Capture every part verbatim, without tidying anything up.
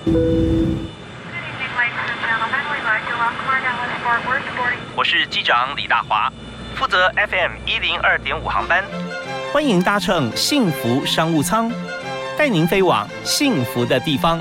我是机长李大华，负责 F M 一零二点五航班。欢迎搭乘幸福商务舱，带您飞往幸福的地方。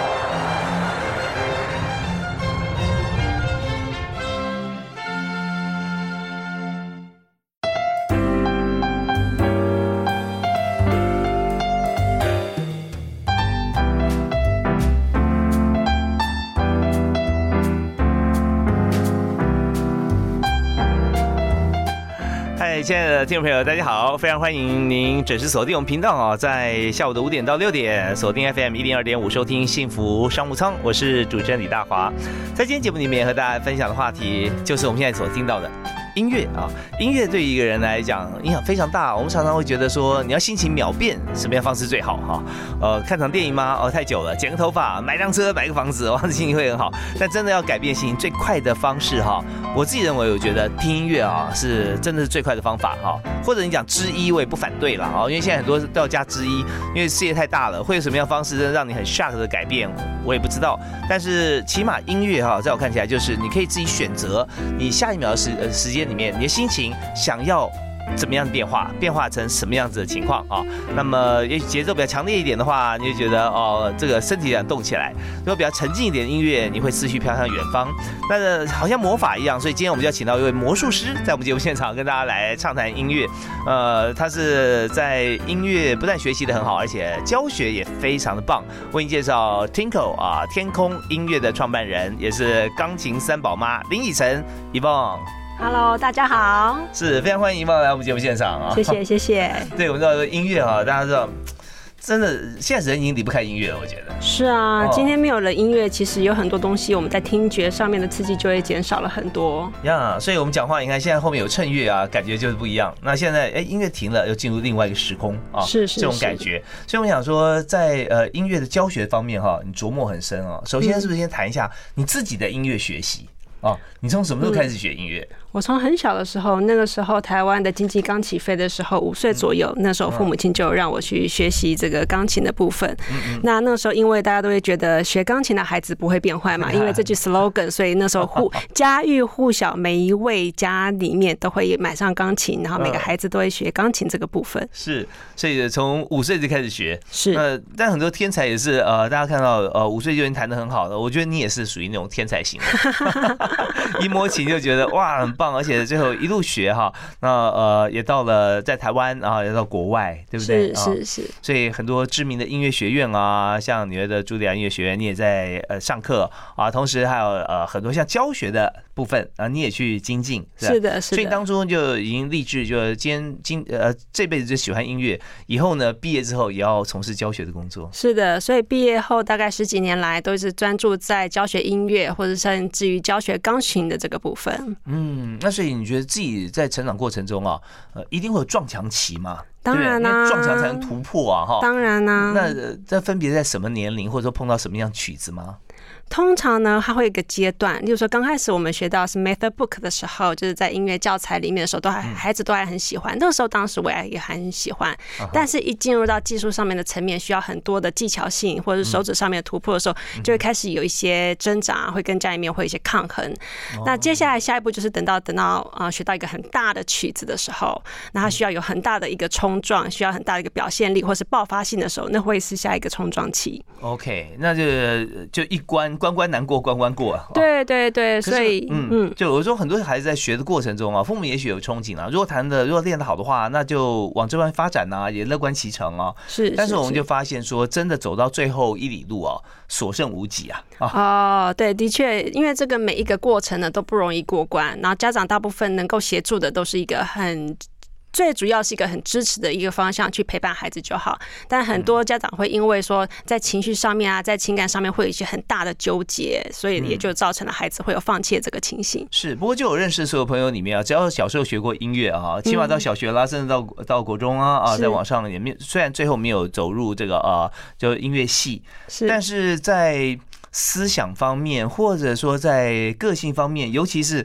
亲爱的听众朋友，大家好！非常欢迎您准时锁定我们频道啊，在下午的五点到六点，锁定 F M 一零二点五，收听幸福商务舱。我是主持人李大华。在今天节目里面和大家分享的话题，就是我们现在所听到的音乐啊。音乐对于一个人来讲影响非常大。我们常常会觉得说，你要心情秒变，什么样方式最好哈？呃，看场电影吗？哦，太久了。剪个头发，买辆车，买个房子，哇，心情会很好。但真的要改变心情最快的方式哈，我自己认为，我觉得听音乐啊是真的是最快的方法哈。或者你讲之一，我也不反对了哈，因为现在很多都要加之一，因为世界太大了，会有什么样的方式真的让你很 shock 的改变，我也不知道。但是起码音乐哈，在我看起来就是你可以自己选择，你下一秒的时呃时间里面，你的心情想要怎么样的变化，变化成什么样子的情况啊？那么也许节奏比较强烈一点的话，你就觉得哦，这个身体想动起来；如果比较沉静一点的音乐，你会思绪飘向远方。那好像魔法一样，所以今天我们就要请到一位魔术师，在我们节目现场跟大家来畅谈音乐。呃，他是在音乐不但学习得很好，而且教学也非常的棒。为您介绍 Tinkle 啊，天空音乐的创办人，也是钢琴三宝妈林以晨 Yvonne。Hello， 大家好， 是非常欢迎Yvonne来我们节目现场啊！ 谢谢谢谢。 对，我们知道音乐啊，大家知道，真的现在人已经离不开音乐了，我觉得。 是啊，哦、今天没有了音乐，其实有很多东西我们在听觉上面的刺激就会减少了很多呀。Yeah, 所以我们讲话，你看现在后面有衬乐啊，感觉就是不一样。那现在哎，音乐停了，又进入另外一个时空啊， 是是是这种感觉。所以我想说，在呃音乐的教学方面哈，你琢磨很深啊。首先是不是先谈一下你自己的音乐学习？哦，你从什么时候开始学音乐？嗯、 我从很小的时候，那个时候台湾的经济刚起飞的时候，五岁左右，那时候父母亲就让我去学习这个钢琴的部分。嗯嗯那那个时候，因为大家都会觉得学钢琴的孩子不会变坏嘛，因为这句 slogan， 所以那时候户家喻户晓，每一位家里面都会买上钢琴，然后每个孩子都会学钢琴这个部分。 是，所以从五岁就开始学。 是， 呃，但很多天才也是呃，大家看到呃五岁就已经弹得很好的，我觉得你也是属于那种天才型的。一摸琴就觉得哇很棒，而且最后一路学哈，那呃也到了在台湾啊，也到国外，对不对？ 是是是。 所以很多知名的音乐学院啊，像纽约的茱莉亚音乐学院，你也在呃上课啊，同时还有呃很多像教学的部分啊，你也去精进。 是, 是的，是的。 所以当初就已经立志，就今今呃这辈子就喜欢音乐，以后呢毕业之后也要从事教学的工作。 是的，所以毕业后大概十几年来都是专注在教学音乐，或者甚至于教学钢琴的这个部分。 嗯，那所以你觉得自己在成长过程中啊，呃，一定会有撞墙期吗？ 当然啦、啊， 撞墙才能突破啊！哈， 当然啦、啊。 那这分别在什么年龄，或者说碰到什么样曲子吗？ 通常呢，它会有一个阶段，例如说刚开始我们学到是 method book 的时候，就是在音乐教材里面的时候，都还孩子都还很喜欢。那个时候，当时我也还很喜欢。但是，一进入到技术上面的层面，需要很多的技巧性或者是手指上面的突破的时候，就会开始有一些挣扎，会跟家里面会有一些抗衡。那接下来下一步就是等到等到啊、呃、学到一个很大的曲子的时候，那它需要有很大的一个冲撞，需要很大的一个表现力或是爆发性的时候，那会是下一个冲撞期。 OK， 那就就一关。关关难过关关过啊！ 对对对，所以嗯嗯，就有时候很多孩子在学的过程中啊，父母也许有憧憬啊，如果弹的如果练得好的话，那就往这边发展啊，也乐观其成啊。 是， 但是我们就发现说，真的走到最后一里路啊，所剩无几啊！ 哦，对，的确，因为这个每一个过程呢都不容易过关，然后家长大部分能够协助的都是一个很。最主要是一个很支持的一个方向去陪伴孩子就好，但很多家长会因为说在情绪上面啊，在情感上面会有一些很大的纠结，所以也就造成了孩子会有放弃的这个情形。 是，不过就有认识所有朋友里面啊，只要小时候学过音乐啊，起码到小学啦，甚至到到国中啊啊，在网上也没虽然最后没有走入这个呃就音乐系，但是在思想方面或者说在个性方面，尤其是。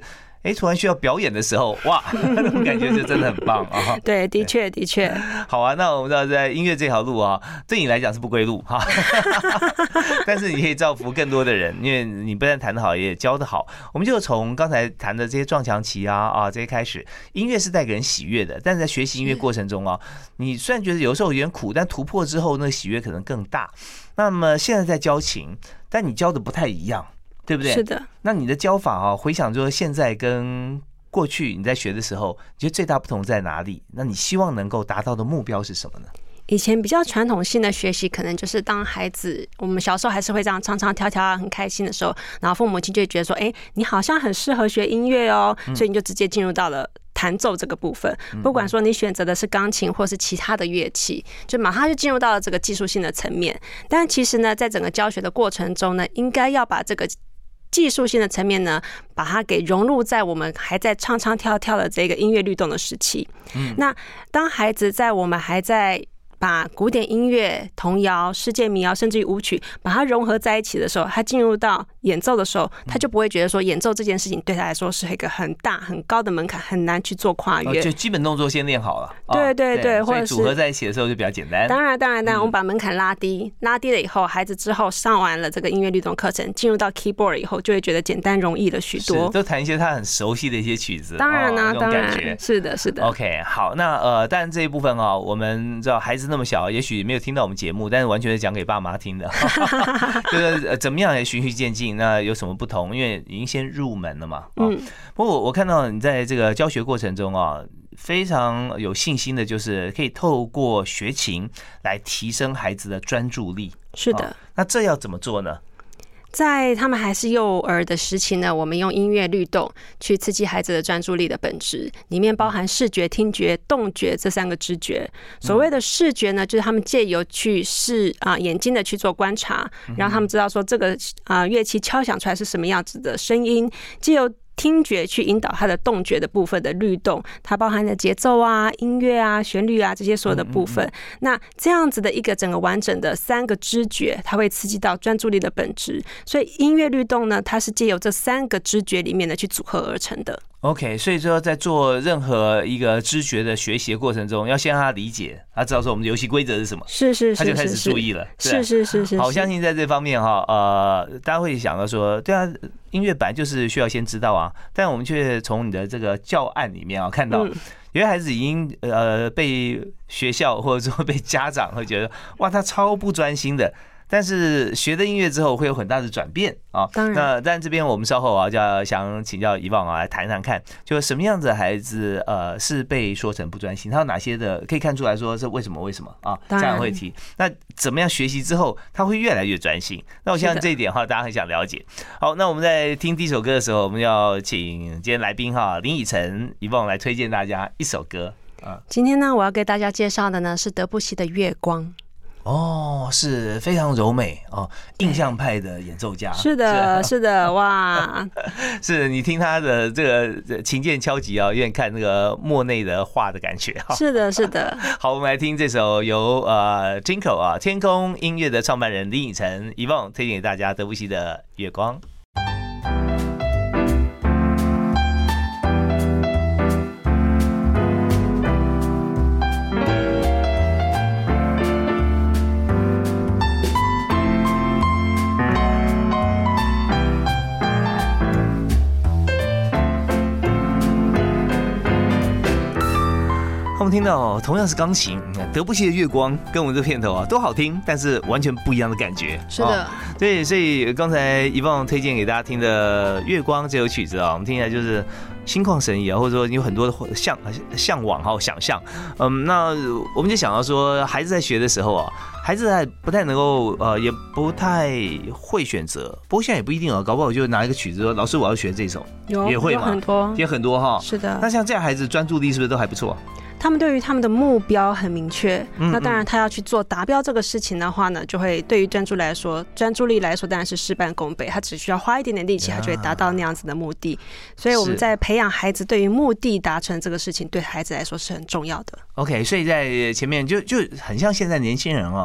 哎，突然需要表演的时候，哇，那种感觉就真的很棒啊！ 对，的确的确。 好啊，那我们知道在音乐这条路啊，对你来讲是不归路哈，但是你可以造福更多的人，因为你不但弹得好，也教得好。我们就从刚才谈的这些撞墙期啊啊这些开始，音乐是带给人喜悦的，但是在学习音乐过程中啊，你虽然觉得有时候有点苦，但突破之后，那个喜悦可能更大。那么现在在教琴，但你教的不太一样。对不对？ 是的。 那你的教法啊，回想说现在跟过去你在学的时候，你觉得最大不同在哪里？那你希望能够达到的目标是什么呢？ 以前比较传统性的学习，可能就是当孩子，我们小时候还是会这样唱唱跳跳啊，很开心的时候，然后父母亲就会觉得说，哎，你好像很适合学音乐哦，所以你就直接进入到了弹奏这个部分。不管说你选择的是钢琴或是其他的乐器，就马上就进入到了这个技术性的层面。但其实呢，在整个教学的过程中呢，应该要把这个技术性的层面呢，把它给融入在我们还在唱唱跳跳的这个音乐律动的时期。嗯，那当孩子在我们还在把古典音乐、童谣、世界民谣，甚至于舞曲，把它融合在一起的时候，他进入到演奏的时候，他就不会觉得说演奏这件事情对他来说是一个很大很高的门槛，很难去做跨越。 哦、就基本动作先练好了。 对对 对, 对，或者所以组合在一起的时候就比较简单。 当然当然当然，我们把门槛拉低，拉低了以后，孩子之后上完了这个音乐律动课程，进入到 keyboard 以后，就会觉得简单容易了许多。 都弹一些他很熟悉的一些曲子。 当然啦、啊， 哦、 当然，是的，是的。 OK， 好，那呃，但这一部分啊、哦，我们知道孩子那么小，也许没有听到我们节目，但是完全是讲给爸妈听的，就是、呃、怎么样也循序渐进，那有什么不同？因为已经先入门了嘛。哦、嗯。不过我我看到你在这个教学过程中啊，非常有信心的，就是可以透过学琴来提升孩子的专注力。 是的。 哦、那这要怎么做呢？ 在他们还是幼儿的时期呢，我们用音乐律动去刺激孩子的专注力的本质，里面包含视觉、听觉、动觉这三个知觉。所谓的视觉呢，就是他们借由去视啊眼睛的去做观察，让他们知道说这个啊乐器敲响出来是什么样子的声音，借由听觉去引导它的动觉的部分的律动，它包含的节奏啊、音乐啊、旋律啊这些所有的部分。那这样子的一个整个完整的三个知觉，它会刺激到专注力的本质。所以音乐律动呢，它是借由这三个知觉里面的去组合而成的。 OK， 所以说在做任何一个知觉的学习的过程中，要先让他理解，他知道说我们的游戏规则是什么， 是是是， 他就开始注意了。 是是是是。 好，我相信在这方面哈，呃，大家会想到说，对啊，音乐本来就是需要先知道啊，但我们却从你的这个教案里面啊看到，有些孩子已经呃被学校或者说被家长会觉得，哇，他超不专心的。但是学的音乐之后会有很大的转变啊。 当然， 那但这边我们稍后啊，就要想请教遗忘啊，来谈谈看，就什么样子的孩子呃是被说成不专心，他有哪些的可以看出来说是为什么为什么啊？家长会提。那怎么样学习之后他会越来越专心？那我相信这一点哈，大家很想了解。好，那我们在听第一首歌的时候，我们要请今天来宾哈林以晨遗忘来推荐大家一首歌啊。 今天呢，我要给大家介绍的呢是德布西的《月光》。 哦，是非常柔美哦，印象派的演奏家。 是的，是的，哇！ 是你听他的这个琴键敲击啊，有点看那个莫内的画的感觉。 是的，是的。 好，我们来听这首由呃 Jinko 啊天空音乐的创办人林以晨遗忘推荐给大家德布西的《月光》。我们听到同样是钢琴，德布西的《月光》跟我们这片头啊都好听，但是完全不一样的感觉。 是的，哦、 对，所以刚才遗忘推荐给大家听的《月光》这首曲子啊，我们听起来就是心旷神怡啊，或者说有很多的向向往哈想象。嗯，那我们就想到说，孩子在学的时候啊，孩子还不太能够呃，也不太会选择。不过现在也不一定啊，搞不好就拿一个曲子说，老师我要学这首， 有也会嘛， 很多也很多哈。 是的。 那像这样孩子专注力是不是都还不错？ 他们对于他们的目标很明确，那当然他要去做达标这个事情的话呢，就会对于专注来说，专注力来说当然是事半功倍，他只需要花一点点力气，他就会达到那样子的目的。所以我们在培养孩子对于目的达成这个事情，对孩子来说是很重要的。 OK， 所以在前面就就很像现在年轻人哦。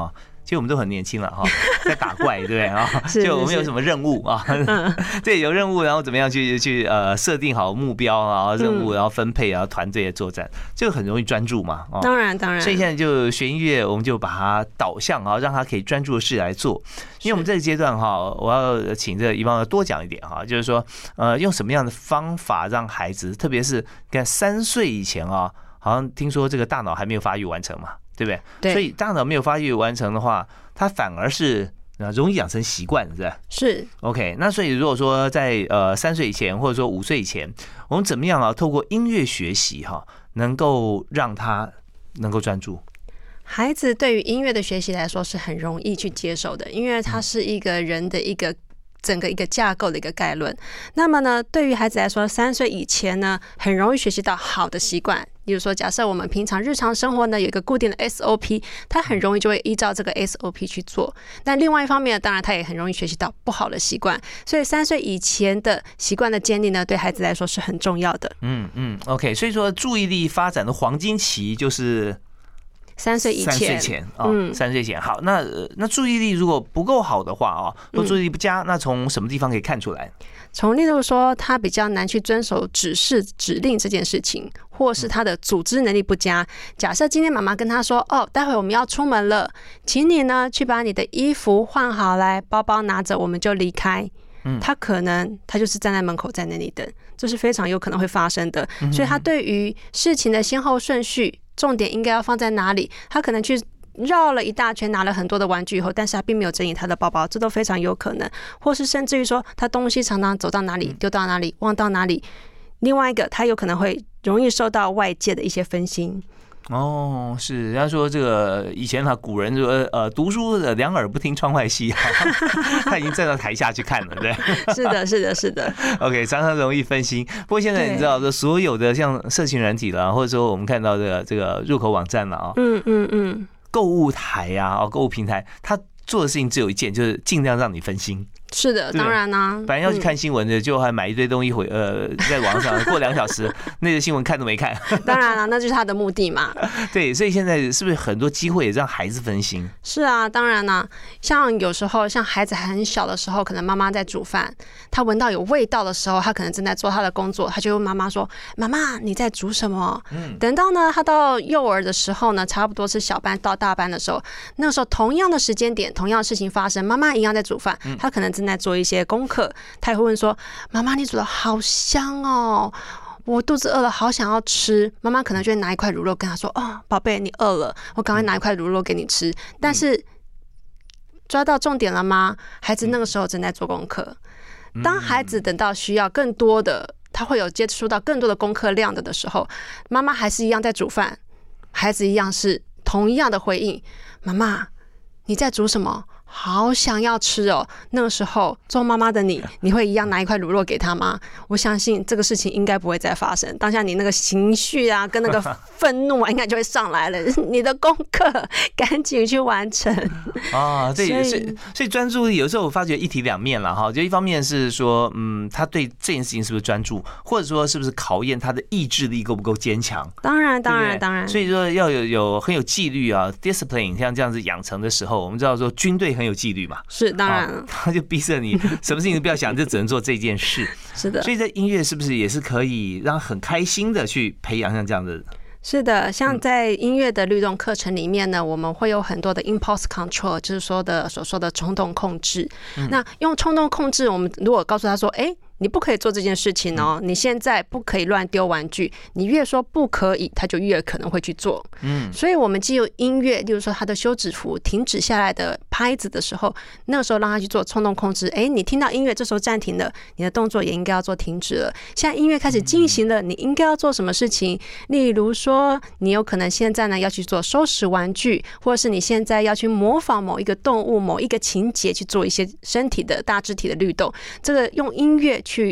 其实我们都很年轻了哈，在打怪，对不对啊？就我们有什么任务啊？对，有任务，然后怎么样去去呃设定好目标，然后任务，然后分配，然后团队的作战，这个很容易专注嘛。哦， 当然当然。 所以现在就学音乐，我们就把它导向啊，让他可以专注的事来做。因为我们这个阶段哈，我要请这个一方多讲一点哈，就是说呃，用什么样的方法让孩子，特别是看三岁以前啊，好像听说这个大脑还没有发育完成嘛，对不对？ 对。 所以大脑没有发育完成的话，它反而是容易养成习惯，是吧？ 是。 OK， 那所以如果说在呃三岁以前，或者说五岁以前，我们怎么样啊？透过音乐学习哈，能够让他能够专注。 孩子对于音乐的学习来说是很容易去接受的，因为它是一个人的一个整个一个架构的一个概论。那么呢，对于孩子来说，三岁以前呢，很容易学习到好的习惯。比如说，假设我们平常日常生活呢有一个固定的 S O P， 他很容易就会依照这个 S O P 去做。但另外一方面，当然他也很容易学习到不好的习惯。所以三岁以前的习惯的建立呢，对孩子来说是很重要的。 嗯嗯 ，OK， 所以说注意力发展的黄金期就是三岁以前， 三岁前啊，嗯，三岁前。好，那那注意力如果不够好的话啊，或注意力不佳，那从什么地方可以看出来？ 从例如说，他比较难去遵守指示、指令这件事情，或是他的组织能力不佳。假设今天妈妈跟他说：“哦，待会我们要出门了，请你呢去把你的衣服换好来，包包拿着，我们就离开。”他可能他就是站在门口在那里等，这是非常有可能会发生的。所以他对于事情的先后顺序，重点应该要放在哪里，他可能去绕了一大圈，拿了很多的玩具以后，但是他并没有整理他的包包，这都非常有可能。或是甚至于说，他东西常常走到哪里丢到哪里，忘到哪里。另外一个，他有可能会容易受到外界的一些分心。 哦，是，人家说这个以前哈古人说呃读书的两耳不听窗外戏，他已经站到台下去看了，对。 是的，是的，是的。 OK， 常常容易分心。不过现在你知道的，所有的像社群软体啦，或者说我们看到这个这个入口网站了啊， 嗯嗯嗯， 购物台呀，哦，购物平台，它做的事情只有一件，就是尽量让你分心。 是的，当然啦、啊。 本来要去看新闻的，就还买一堆东西回呃，在网上过两小时，那个新闻看都没看。 当然了，那就是他的目的嘛。 对，所以现在是不是很多机会也让孩子分心？ 是啊，当然啦。像有时候，像孩子还很小的时候，可能妈妈在煮饭，他闻到有味道的时候，他可能正在做他的工作，他就问妈妈说：“妈妈，你在煮什么？”嗯。等到呢，他到幼儿的时候呢，差不多是小班到大班的时候，那个时候同样的时间点，同样的事情发生，妈妈一样在煮饭，他可能正在做一些功课，他也会问说：“妈妈，你煮的好香哦，我肚子饿了，好想要吃。”妈妈可能就会拿一块卤肉跟他说：“哦，宝贝，你饿了，我赶快拿一块卤肉给你吃。”但是抓到重点了吗？孩子那个时候正在做功课。当孩子等到需要更多的，他会有接触到更多的功课量的的时候，妈妈还是一样在煮饭，孩子一样是同样的回应：“妈妈，你在煮什么？好想要吃哦。”那个时候做妈妈的你，你会一样拿一块卤肉给他吗？我相信这个事情应该不会再发生。当下你那个情绪啊，跟那个愤怒啊，应该就会上来了。你的功课赶紧去完成啊！所以所以所以专注力有时候我发觉一体两面了哈。就一方面是说，嗯，他对这件事情是不是专注，或者说是不是考验他的意志力够不够坚强？ 当然，当然，当然。 所以说要有有很有纪律啊 ，discipline 像这样子养成的时候，我们知道说军队很有纪律嘛， 是当然了， 他就逼着你什么事情都不要想，就只能做这件事。 是的， 所以在音乐是不是也是可以让很开心的去培养像这样的？ 是的，像在音乐的律动课程里面呢，我们会有很多的 impulse control， 就是说的所说的冲动控制。嗯、那用冲动控制，我们如果告诉他说：“哎，你不可以做这件事情哦，你现在不可以乱丢玩具。”你越说不可以，他就越可能会去做。嗯，所以我们既有音乐，例如说他的休止符停止下来的拍子的时候，那个时候让他去做冲动控制。哎，你听到音乐这时候暂停了，你的动作也应该要做停止了。现在音乐开始进行了，你应该要做什么事情？例如说，你有可能现在呢要去做收拾玩具，或者是你现在要去模仿某一个动物、某一个情节去做一些身体的大肢体的律动。这个用音乐去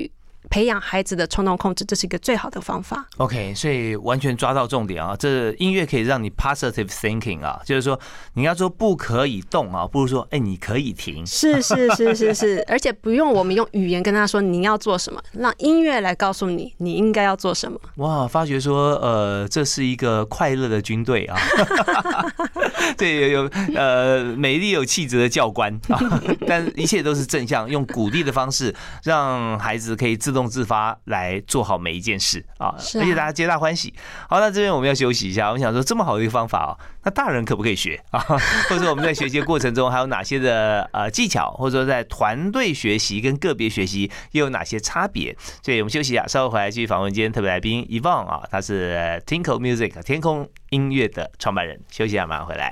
培养孩子的冲动控制，这是一个最好的方法。 OK， 所以完全抓到重点啊！这音乐可以让你 positive thinking 啊，就是说你要说不可以动啊，不如说哎、欸、你可以停。 是是是是是，而且不用我们用语言跟他说你要做什么，让音乐来告诉你你应该要做什么。 哇，发觉说呃这是一个快乐的军队啊，对，有有呃美丽有气质的教官啊，但一切都是正向，用鼓励的方式让孩子可以自动自发来做好每一件事啊，而且大家皆大欢喜。好，那这边我们要休息一下，我想说这么好的一个方法啊，那大人可不可以学啊？或者说我们在学习的过程中还有哪些的呃技巧，或者说在团队学习跟个别学习又有哪些差别？所以我们休息一下，稍后回来继续访问今天特别来宾 Yvonne 啊，他是 Tinkle Music 天空音乐的创办人。休息一下，马上回来。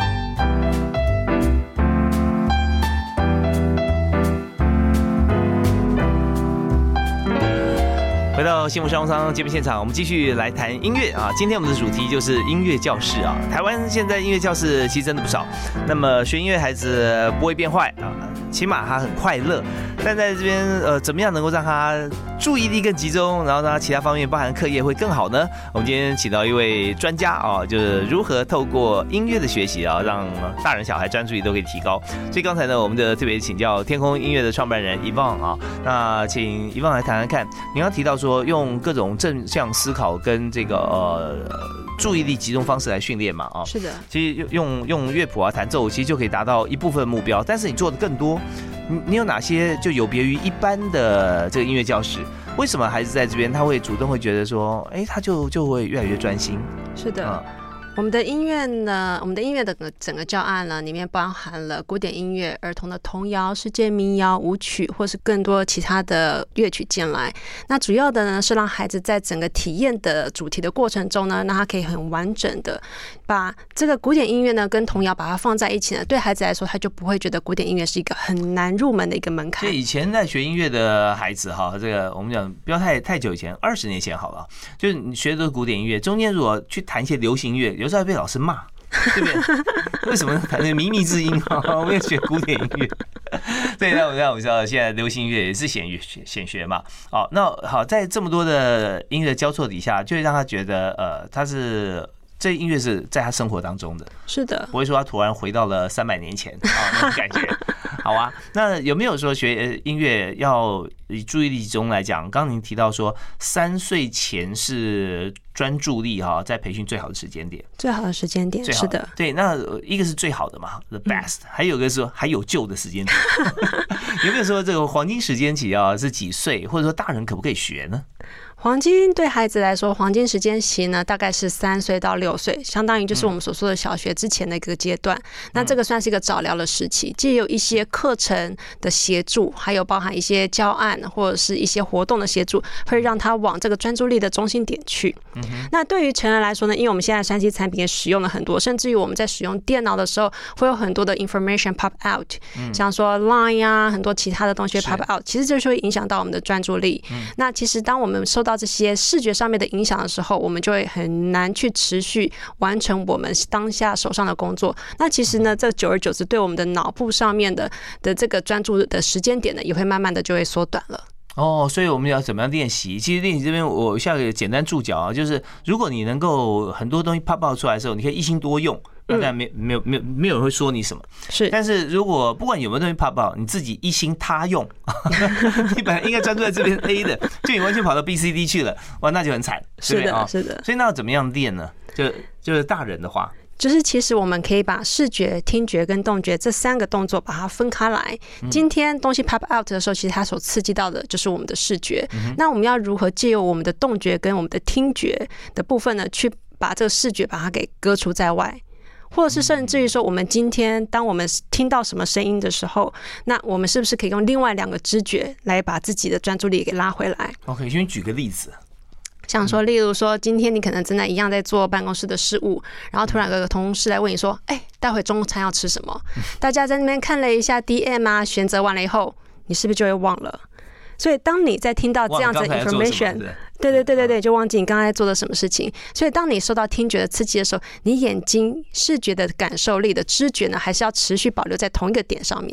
回到幸福商务舱节目现场，我们继续来谈音乐啊。今天我们的主题就是音乐教室啊。台湾现在音乐教室其实真的不少，那么学音乐孩子不会变坏啊，起码他很快乐。但在这边呃，怎么样能够让他注意力更集中，然后让他其他方面包含课业会更好呢？我们今天请到一位专家啊，就是如何透过音乐的学习啊，让大人小孩专注力都可以提高。所以刚才呢，我们的特别请教天空音乐的创办人 Yvonne 啊，那请 Yvonne 来谈谈看，你刚提到说用各种正向思考跟这个呃注意力集中方式来训练嘛啊， 是的， 其实用用乐谱啊弹奏，其实就可以达到一部分目标，但是你做的更多。你你有哪些就有别于一般的这个音乐教室？为什么孩子在这边他会主动会觉得说，哎，他就就会越来越专心？ 是的。嗯，我们的音乐呢，我们的音乐的整个教案呢，里面包含了古典音乐、儿童的童谣、世界民谣、舞曲，或是更多其他的乐曲进来。那主要的呢，是让孩子在整个体验的主题的过程中呢，让他可以很完整的把这个古典音乐呢跟童谣把它放在一起呢，对孩子来说，他就不会觉得古典音乐是一个很难入门的一个门槛。 所以以前在学音乐的孩子哈，这个我们讲不要太太久以前，二十年前好了，就是你学的都是古典音乐，中间如果去弹一些流行音乐，有时候还被老师骂。对不对？为什么弹那靡靡之音啊？我们要学古典音乐。对，那我们我知道现在流行音乐也是显学显学嘛。哦，那好，在这么多的音乐交错底下，就会让他觉得，呃，他是这音乐是在他生活当中的， 是的， 不会说他突然回到了三百年前啊那种感觉。好啊，那有没有说学音乐要以注意力集中来讲？刚刚您提到说三岁前是专注力哈，在培训最好的时间点， 最好的时间点是的， 对。那一个是最好的嘛 ，the best，、嗯、还有一个是还有救的时间点。有没有说这个黄金时间期啊是几岁，或者说大人可不可以学呢？ 黄金对孩子来说，黄金时间期呢，大概是三岁到六岁，相当于就是我们所说的小学之前的一个阶段。嗯、那这个算是一个早疗的时期，既有一些课程的协助，还有包含一些教案或者是一些活动的协助，会让他往这个专注力的中心点去。嗯、那对于成人来说呢，因为我们现在三 C 产品也使用了很多，甚至于我们在使用电脑的时候，会有很多的 information pop out，、嗯、像说 Line 啊，很多其他的东西会 pop out， 其实这就会影响到我们的专注力。嗯、那其实当我们受到这些视觉上面的影响的时候，我们就会很难去持续完成我们当下手上的工作。那其实呢，这久而久之，对我们的脑部上面的的这个专注的时间点呢，也会慢慢的就会缩短了。 哦，所以我们要怎么样练习？其实练习这边我下个简单注脚啊，就是如果你能够很多东西 pop out 出来的时候，你可以一心多用。那当然没没有没有没有人会说你什么， 是。 但是如果不管有没有东西 pop out，你自己一心他用，你本来应该专注在这边 A 的，就你完全跑到 B C D 去了，哇，那就很惨， 是的，是的。 所以那要怎么样练呢？就就是大人的话。 就是其实我们可以把视觉、听觉跟动觉这三个动作把它分开来。今天东西 pop out 的时候，其实它所刺激到的就是我们的视觉。嗯、那我们要如何借由我们的动觉跟我们的听觉的部分呢，去把这个视觉把它给割除在外？或者是甚至于说，我们今天当我们听到什么声音的时候，那我们是不是可以用另外两个知觉来把自己的专注力给拉回来 ？OK， 先举个例子。 像说，例如说，今天你可能正在一样在做办公室的事务，然后突然有个同事来问你说：“哎、欸，待会中餐要吃什么？”大家在那边看了一下 D M 啊，选择完了以后，你是不是就会忘了？所以当你在听到这样子的 information， 对对对对对，就忘记你刚才做的什么事情。所以当你受到听觉的刺激的时候，你眼睛视觉的感受力的知觉呢，还是要持续保留在同一个点上面。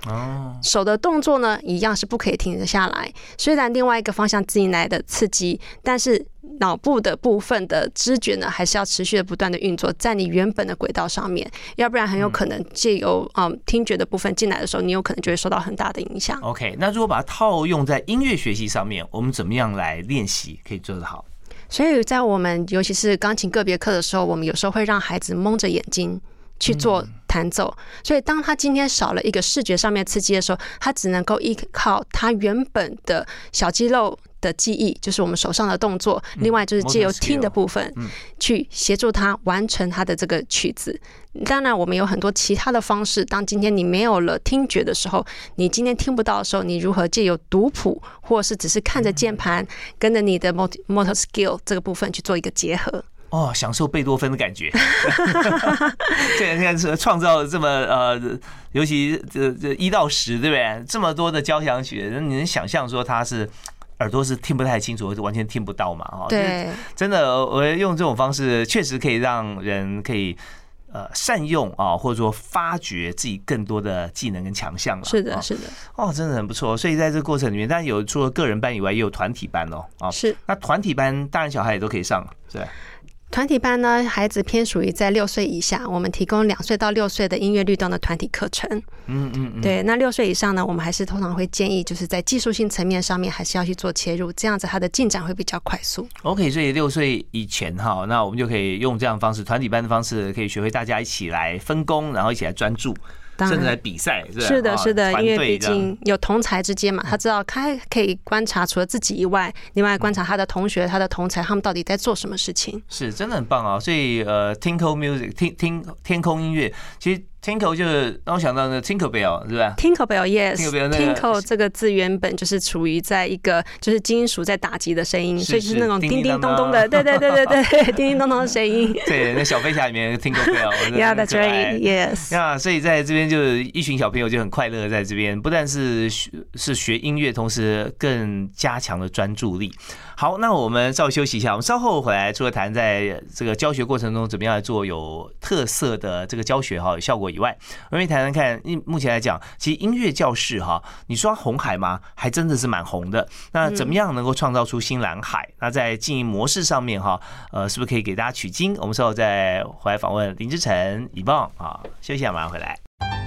哦，手的动作呢，一样是不可以停得下来。虽然另外一个方向进来的刺激，但是脑部的部分的知觉呢，还是要持续的不断的运作在你原本的轨道上面，要不然很有可能借由嗯听觉的部分进来的时候，你有可能就会受到很大的影响。 OK， 那如果把它套用在音乐学习上面，我们怎么样来练习可以做得好？ 所以在我们尤其是钢琴个别课的时候，我们有时候会让孩子蒙着眼睛去做弹奏，所以当他今天少了一个视觉上面刺激的时候，他只能够依靠他原本的小肌肉的记忆，就是我们手上的动作，另外就是借由听的部分去协助他完成他的这个曲子。当然我们有很多其他的方式，当今天你没有了听觉的时候，你今天听不到的时候，你如何借由读谱或者是只是看着键盘跟着你的 motor skill 这个部分去做一个结合。 哦，享受贝多芬的感觉。对，你看创造这么呃，尤其这这一到十，对不对？这么多的交响曲，你能想象说他是耳朵是听不太清楚，完全听不到嘛？哈， 对， 真的，我用这种方式确实可以让人可以呃善用啊，或者说发掘自己更多的技能跟强项了。 是的，是的。 哦，真的很不错。所以在这个过程里面，当然有除了个人班以外，也有团体班哦。啊， 是。那团体班，大人小孩也都可以上，对。 团体班呢，孩子偏属于在六岁以下，我们提供两岁到六岁的音乐律动的团体课程。嗯嗯嗯。对，那六岁以上呢，我们还是通常会建议，就是在技术性层面上面还是要去做切入，这样子他的进展会比较快速。 OK， 所以六岁以前哈，那我们就可以用这样的方式，团体班的方式，可以学会大家一起来分工，然后一起来专注。甚至来比赛， 是的，是的，因为毕竟有同才之间嘛，他知道他可以观察除了自己以外，另外观察他的同学、他的同才，他们到底在做什么事情。 是，真的很棒啊！所以呃 ，Tinkle Music， 听听天空音乐，其实。Tinkle 就是让我想到那 Tinker Bell 是吧 ？Tinker Bell yes，Tinkle 这个字原本就是处于在一个就是金属在打击的声音，所以就是那种叮叮咚咚的，对对对对对，叮叮咚咚的声音。 对，那小飞侠里面 Tinker Bell，Yeah that's right yes。 那所以在这边就一群小朋友就很快乐，在这边不但是是学音乐，同时更加强了专注力。好，那我们稍微休息一下，我们稍后回来，除了谈在这个教学过程中怎么样来做有特色的这个教学哈，有效果以外，我们谈谈看，目前来讲，其实音乐教室哈，你说红海吗？还真的是蛮红的。那怎么样能够创造出新蓝海？那在经营模式上面哈，呃，是不是可以给大家取经？我们稍后再回来访问林之晨、以棒啊，休息一下，马上回来。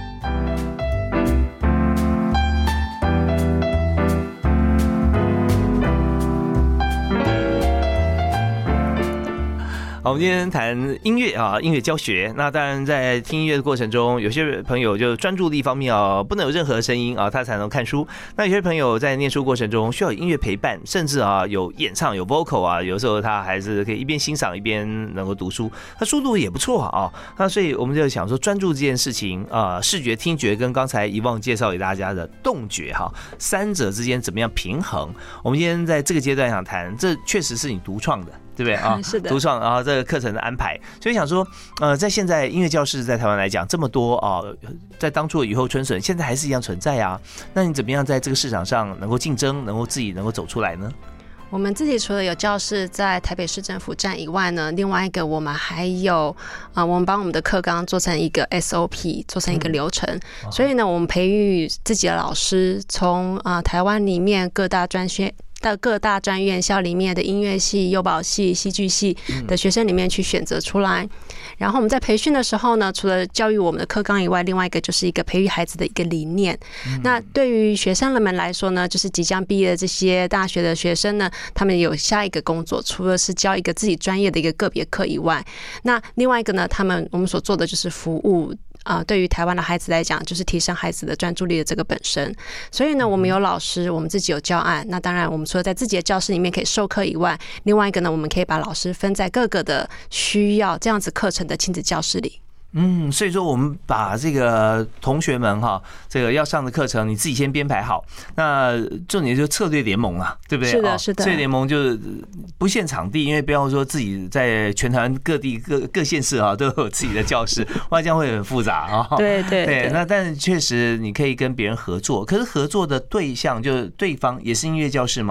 好，我们今天谈音乐啊，音乐教学。那当然，在听音乐的过程中，有些朋友就专注力方面啊，不能有任何声音啊，他才能看书。那有些朋友在念书过程中需要有音乐陪伴，甚至啊有演唱有 vocal 啊，有时候他还是可以一边欣赏一边能够读书，那速度也不错啊。那所以我们就想说，专注这件事情啊，视觉、听觉跟刚才遗忘介绍给大家的动觉哈，三者之间怎么样平衡？我们今天在这个阶段想谈，这确实是你独创的。对不对啊？ 是的， 独创，然后这个课程的安排，所以想说，呃，在现在音乐教室在台湾来讲这么多啊、呃，在当初的雨后春笋，现在还是一样存在啊。那你怎么样在这个市场上能够竞争，能够自己能够走出来呢？ 我们自己除了有教室在台北市政府站以外呢，另外一个我们还有啊、呃，我们把我们的课纲做成一个 S O P， 做成一个流程。嗯、所以呢，我们培育自己的老师，从啊、呃、台湾里面各大专学。到各大专院校里面的音乐系、幼保系、戏剧系的学生里面去选择出来，然后我们在培训的时候呢，除了教育我们的课纲以外，另外一个就是一个培育孩子的一个理念。那对于学生们来说呢，就是即将毕业的这些大学的学生呢，他们有下一个工作，除了是教一个自己专业的一个个别课以外，那另外一个呢，他们我们所做的就是服务。啊、呃，对于台湾的孩子来讲，就是提升孩子的专注力的这个本身。所以呢，我们有老师，我们自己有教案。那当然，我们除了在自己的教室里面可以授课以外，另外一个呢，我们可以把老师分在各个的需要这样子课程的亲子教室里。 嗯，所以说我们把这个同学们哈，这个要上的课程，你自己先编排好。那重点就是策略联盟啊，对不对？ 是的，是的。 策略联盟就是不限场地，因为不要说自己在全台湾各地各各县市啊都有自己的教室，哇，这样会很复杂啊。 对对对。那但是确实你可以跟别人合作，可是合作的对象就是对方也是音乐教室吗？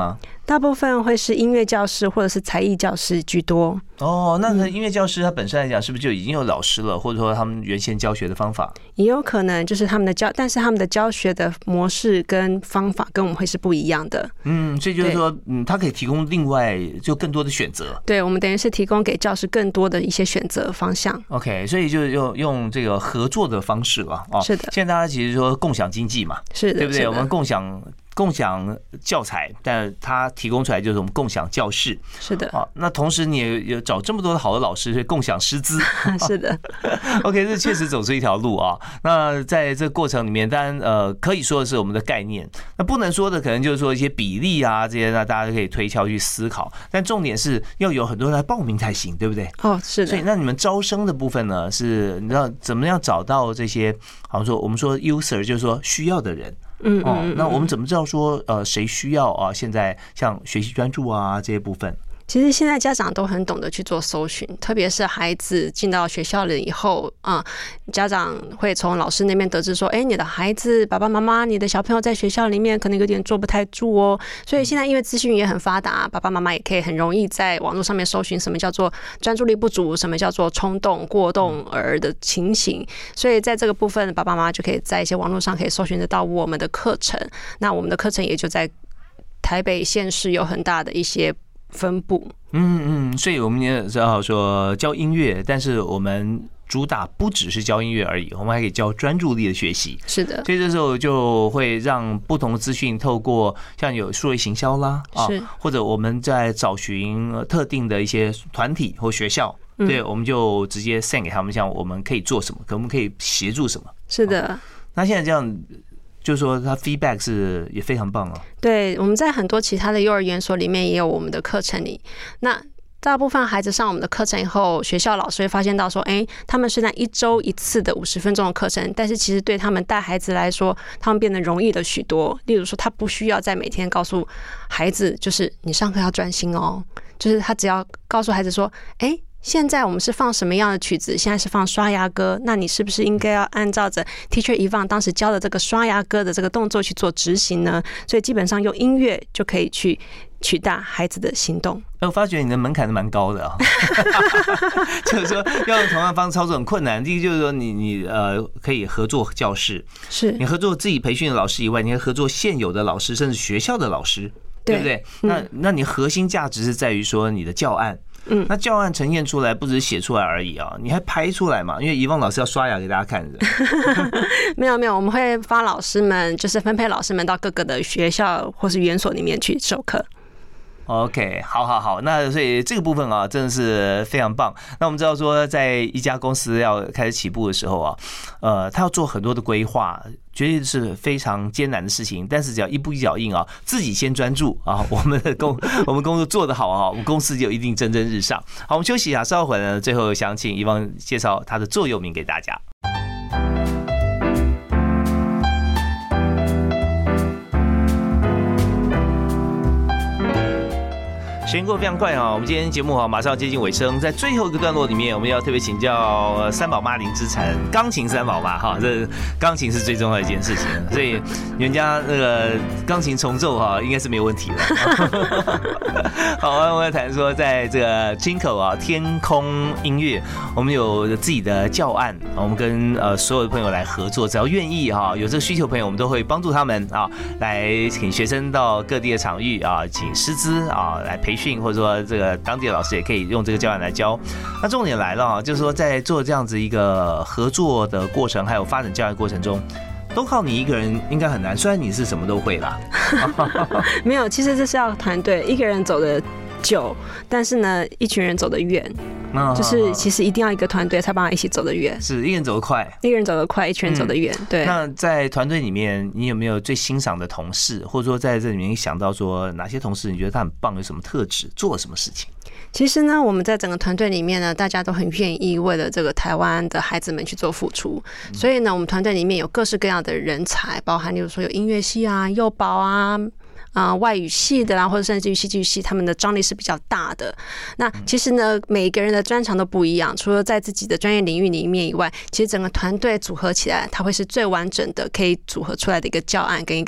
大部分会是音乐教师或者是才艺教师居多。 哦，那音乐教师他本身来讲，是不是就已经有老师了，或者说他们原先教学的方法？ 也有可能就是他们的教，但是他们的教学的模式跟方法跟我们会是不一样的。 嗯，所以就是说，嗯，他可以提供另外就更多的选择。 对，我们等于是提供给教师更多的一些选择方向。 OK， 所以就是用用这个合作的方式了啊。 是的， 现在大家其实说共享经济嘛， 是的， 对不对？我们共享。共享教材，但它提供出来就是我们共享教室。 是的， 啊，那同时你也有找这么多的好的老师，所以共享师资。 是的 ，OK， 这确实走出一条路啊。那在这个过程里面，当然呃，可以说的是我们的概念，那不能说的可能就是说一些比例啊这些，那大家可以推敲去思考。但重点是要有很多人来报名才行，对不对？ 哦，是的。 所以那你们招生的部分呢，是你知道怎么样找到这些，好像说我们说 user 就是说需要的人。 嗯哦，那我们怎么知道说呃谁需要啊？现在像学习专注啊这些部分， 其实现在家长都很懂得去做搜寻，特别是孩子进到学校了以后啊、嗯，家长会从老师那边得知说，哎，你的孩子爸爸妈妈，你的小朋友在学校里面可能有点坐不太住哦。所以现在因为资讯也很发达，爸爸妈妈也可以很容易在网络上面搜寻什么叫做专注力不足，什么叫做冲动过动儿的情形。所以在这个部分，爸爸妈妈就可以在一些网络上可以搜寻得到我们的课程。那我们的课程也就在台北县市有很大的一些分布。 嗯嗯，所以我们也知道说教音乐，但是我们主打不只是教音乐而已，我们还可以教专注力的学习。 是的， 所以这时候就会让不同的资讯透过像有数位行销啦啊，或者我们在找寻特定的一些团体或学校，对，我们就直接 send 给他们，像我们可以做什么，可我们可以协助什么。 是的， 那现在这样。就是说，它 feedback 是也非常棒啊。 对，我们在很多其他的幼儿园所里面也有我们的课程里。那大部分孩子上我们的课程以后，学校老师会发现到说，哎，他们虽然一周一次的五十分钟的课程，但是其实对他们带孩子来说，他们变得容易了许多。例如说，他不需要再每天告诉孩子，就是你上课要专心哦，就是他只要告诉孩子说，哎。现在我们是放什么样的曲子？现在是放刷牙歌，那你是不是应该要按照着 Teacher Yvonne 当时教的这个刷牙歌的这个动作去做执行呢？所以基本上用音乐就可以去取代孩子的行动。 我发觉你的门槛是蛮高的啊，就是说要用同样方式操作很困难。第一个就是说你你呃可以合作教室， 是你合作自己培训的老师以外，你还合作现有的老师，甚至学校的老师，对不对？那那你核心价值是在于说你的教案。嗯，那教案呈现出来，不只是写出来而已啊，你还拍出来嘛？因为Yvonne老师要刷牙给大家看的。 没有没有，我们会发老师们，就是分配老师们到各个的学校或是园所里面去授课。 OK， 好好好，那所以这个部分啊，真的是非常棒。那我们知道说，在一家公司要开始起步的时候啊，呃，他要做很多的规划，绝对是非常艰难的事情。但是只要一步一脚印啊，自己先专注啊，我们的工我们工作做得好啊，我们公司就一定蒸蒸日上。好，我们休息一下，稍后呢，最后想请Yvonne介绍他的座右铭给大家。时间过得非常快啊！我们今天节目啊马上要接近尾声，在最后一个段落里面，我们要特别请教三宝妈林之晨，钢琴三宝妈哈，这钢琴是最重要的一件事情，所以你们家那个钢琴重奏哈，应该是没有问题的。好，我们要谈说，在这个 Jinko 啊天空音乐，我们有自己的教案，我们跟呃所有的朋友来合作，只要愿意哈，有这个需求的朋友，我们都会帮助他们啊，来请学生到各地的场域啊，请师资啊来培训，或者说这个当地的老师也可以用这个教案来教。那重点来了啊，就是说在做这样子一个合作的过程，还有发展教案过程中，都靠你一个人应该很难，虽然你是什么都会啦。 没有，其实这是要团队，一个人走的久，但是呢，一群人走得远。就是其实一定要一个团队才帮他一起走得远， 是一个人走得快， 一个人走得快，一群人走得远。对。 那在团队里面，你有没有最欣赏的同事，或者说在这里面想到说哪些同事你觉得他很棒，有什么特质，做了什么事情？ 其实呢，我们在整个团队里面呢，大家都很愿意为了这个台湾的孩子们去做付出。所以呢，我们团队里面有各式各样的人才，包含例如说有音乐系啊、幼保啊。啊、呃，外语系的啦，或者甚至于戏剧系，他们的张力是比较大的。那其实呢，每一个人的专长都不一样，除了在自己的专业领域里面以外，其实整个团队组合起来，它会是最完整的，可以组合出来的一个教案跟一个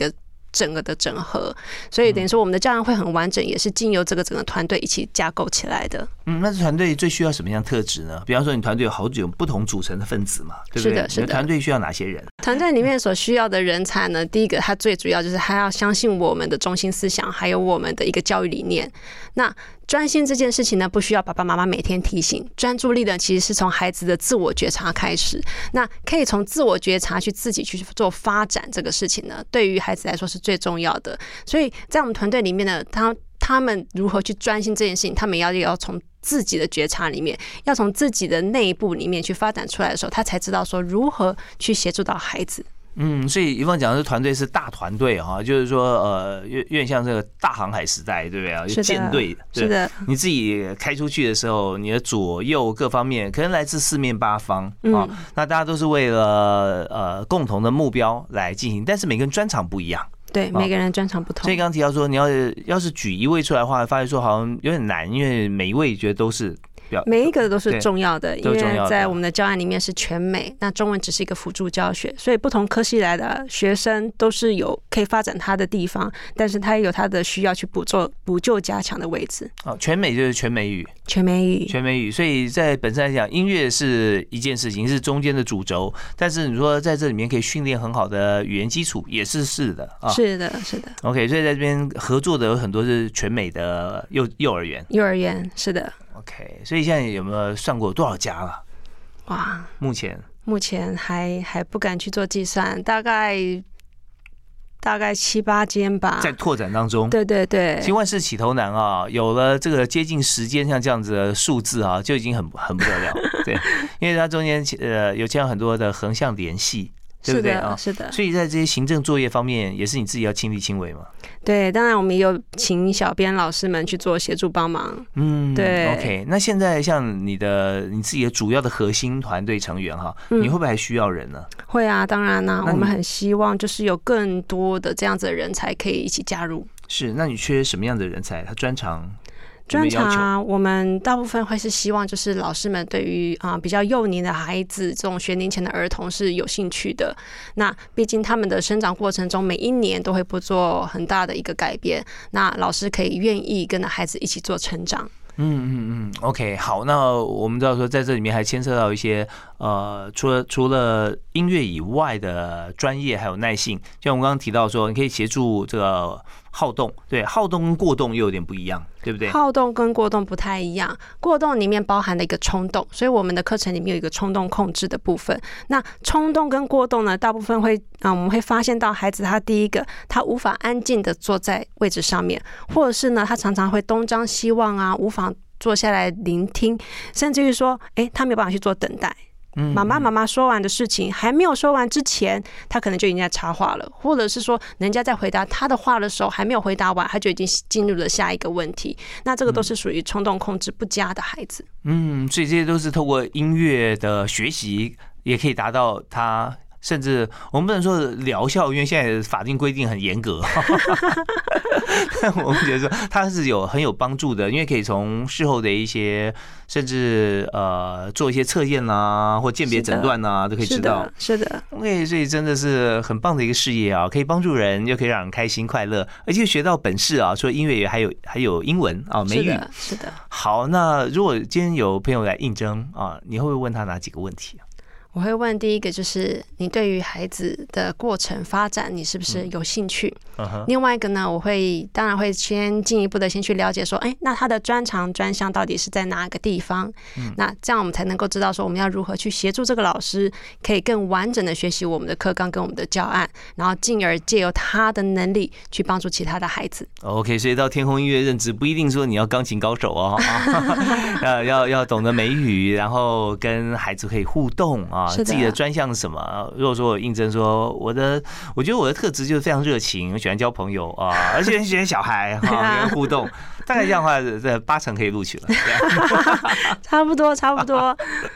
整个的整合，所以等于说我们的教案会很完整，也是经由这个整个团队一起架构起来的。 嗯，那团队最需要什么样的特质呢？比方说，你团队有好几种不同组成的分子嘛，对不对？ 是的，是的。 你的团队需要哪些人？ 团队里面所需要的人才呢，第一个，他最主要就是他要相信我们的中心思想，还有我们的一个教育理念。那专心这件事情呢，不需要爸爸妈妈每天提醒，专注力呢，其实是从孩子的自我觉察开始。那可以从自我觉察去自己去做发展这个事情呢，对于孩子来说是最重要的。所以在我们团队里面呢，他他们如何去专心这件事情，他们要要从自己的觉察里面，要从自己的内部里面去发展出来的时候，他才知道说如何去协助到孩子。 嗯，所以怡凤讲的是团队是大团队哈，就是说呃，有有点像这个大航海时代，对不对啊？有舰队， 是的， 你自己开出去的时候，你的左右各方面可能来自四面八方啊、嗯，那大家都是为了呃共同的目标来进行，但是每个人专长不一样。 对，每个人专长不同。 所以刚刚提到说，你要要是举一位出来的话，发现说好像有点难，因为每一位觉得都是。 每一个都是重要的，因为在我们的教案里面是全美，那中文只是一个辅助教学，所以不同科系来的学生都是有可以发展他的地方，但是他也有他的需要去补救、补救、加强的位置。 哦，全美就是全美语， 全美语， 全美语。所以在本身来讲，音乐是一件事情，是中间的主轴，但是你说在这里面可以训练很好的语言基础，也是是的啊。 是的，是的。 OK， 所以在这边合作的有很多是全美的幼幼儿园， 幼儿园是的。 OK， 所以现在有没有算过多少家了？ 哇， 目前目前还还不敢去做计算，大概大概七八间吧， 在拓展当中。 对对对， 千万事起头难啊！有了这个接近十间像这样子的数字啊，就已经很很不得了。对，因为它中间呃有这样很多的横向联系。对不对啊？ 是的， 所以在这些行政作业方面，也是你自己要亲力亲为嘛？ 对，当然我们也有请小编老师们去做协助帮忙。 嗯， 对。 OK， 那现在像你的你自己的主要的核心团队成员哈，你会不会还需要人呢？ 会啊，当然啦、啊，我们很希望就是有更多的这样子的人才可以一起加入。 是，那你缺什么样的人才？他专长？ 专长，我们大部分会是希望，就是老师们对于啊、呃、比较幼年的孩子，这种学龄前的儿童是有兴趣的。那毕竟他们的生长过程中，每一年都会不做很大的一个改变，那老师可以愿意跟着孩子一起做成长。 嗯嗯嗯 ，OK， 好，那我们知道说，在这里面还牵涉到一些呃，除了除了音乐以外的专业，还有耐性。像我们刚刚提到说，你可以协助这个好动，对，好动跟过动又有点不一样，对不对？ 好动跟过动不太一样，过动里面包含了一个冲动，所以我们的课程里面有一个冲动控制的部分。那冲动跟过动呢，大部分会啊、呃，我们会发现到孩子他第一个他无法安静的坐在位置上面，或者是呢，他常常会东张西望啊，无法坐下来聆听，甚至于说，哎，他没有办法去做等待。妈妈妈妈说完的事情还没有说完之前，他可能就已经在插话了，或者是说人家在回答他的话的时候还没有回答完，他就已经进入了下一个问题。那这个都是属于冲动控制不佳的孩子。嗯， 所以这些都是透过音乐的学习，也可以达到他。甚至我们不能说疗效，因为现在法定规定很严格。但我们觉得说它是有很有帮助的，因为可以从事后的一些，甚至呃做一些测验啊，或鉴别诊断啊，都可以知道。 是的，是的。 OK， 所以真的是很棒的一个事业啊，可以帮助人，又可以让人开心快乐，而且学到本事啊。除了音乐，还有还有英文啊，美语。 是的，是的。 好，那如果今天有朋友来应征啊，你会不会问他哪几个问题啊？ 我会问第一个就是你对于孩子的过程发展你是不是有兴趣、嗯 uh-huh. 另外一个呢，我会当然会先进一步的先去了解说，哎，那他的专长专项到底是在哪个地方、嗯、那这样我们才能够知道说我们要如何去协助这个老师可以更完整的学习我们的课纲跟我们的教案，然后进而借由他的能力去帮助其他的孩子。 OK， 所以到天空音乐任职不一定说你要钢琴高手哦要, 要, 要懂得美语，然后跟孩子可以互动啊，自己的专项是什么？如果说我应征说我的，我觉得我的特质就是非常热情，我喜欢交朋友啊，而且很喜欢小孩哈，跟互动，大概这样的话，这八成可以录取了。 差不多，差不多。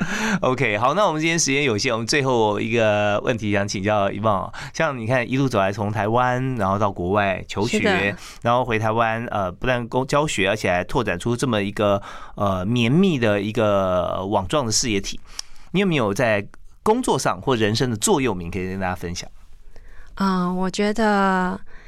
OK， 好，那我们今天时间有限，我们最后一个问题想请教怡凤，像你看一路走来，从台湾然后到国外求学，然后回台湾，呃，不但教学，而且还拓展出这么一个呃绵密的一个网状的事业体。你有没有在工作上或人生的座右铭可以跟大家分享？ 嗯，我觉得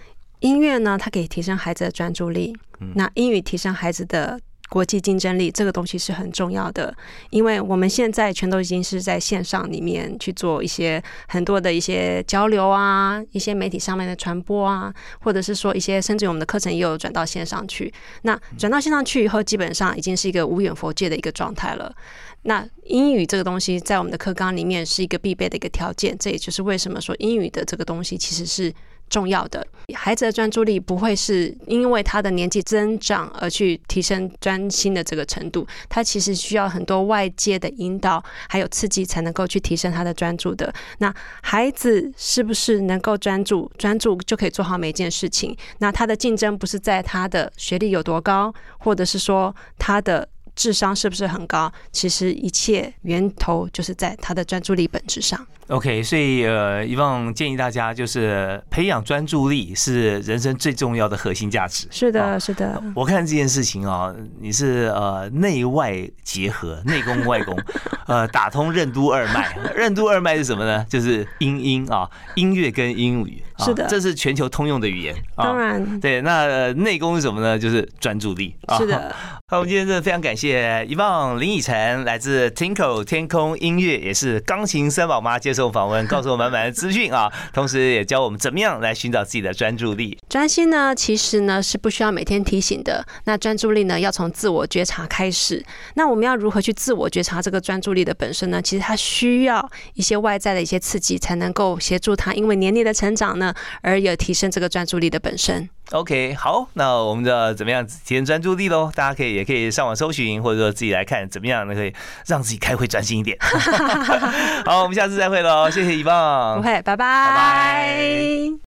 音乐呢，它可以提升孩子的专注力，嗯、那英语提升孩子的国际竞争力，这个东西是很重要的，因为我们现在全都已经是在线上里面去做一些很多的一些交流啊，一些媒体上面的传播啊，或者是说一些甚至我们的课程也有转到线上去。那转到线上去以后，基本上已经是一个无远弗届的一个状态了。那英语这个东西在我们的课纲里面是一个必备的一个条件，这也就是为什么说英语的这个东西其实是重要的。孩子的专注力不会是因为他的年纪增长而去提升专心的这个程度，他其实需要很多外界的引导还有刺激才能够去提升他的专注的。那孩子是不是能够专注专注就可以做好每一件事情，那他的竞争不是在他的学历有多高，或者是说他的智商是不是很高，其实一切源头就是在他的专注力本质上。 OK， 所以呃，以往建议大家就是培养专注力是人生最重要的核心价值。 是的，啊、是的。 我看这件事情啊，你是呃内外结合，内功外功，呃打通任督二脉。任督二脉是什么呢？就是音音啊，音乐跟英语。啊、 是的， 这是全球通用的语言。 啊、当然， 对。那内功是什么呢？就是专注力。啊、 是的。 好，我们今天真的非常感谢以往林以晨，来自 Tinkle 天空音乐，也是钢琴三宝妈，接受访问，告诉我满满的资讯啊，同时也教我们怎么样来寻找自己的专注力。 专心呢，其实呢是不需要每天提醒的。那专注力呢，要从自我觉察开始。那我们要如何去自我觉察这个专注力的本身呢？其实它需要一些外在的一些刺激，才能够协助它因为年龄的成长呢，而有提升这个专注力的本身。 OK， 好，那我们的怎么样提升专注力咯？大家可以也可以上网搜寻，或者说自己来看怎么样可以让自己开会专心一点。好，我们下次再会咯，谢谢以望。 不会，拜拜。 拜拜。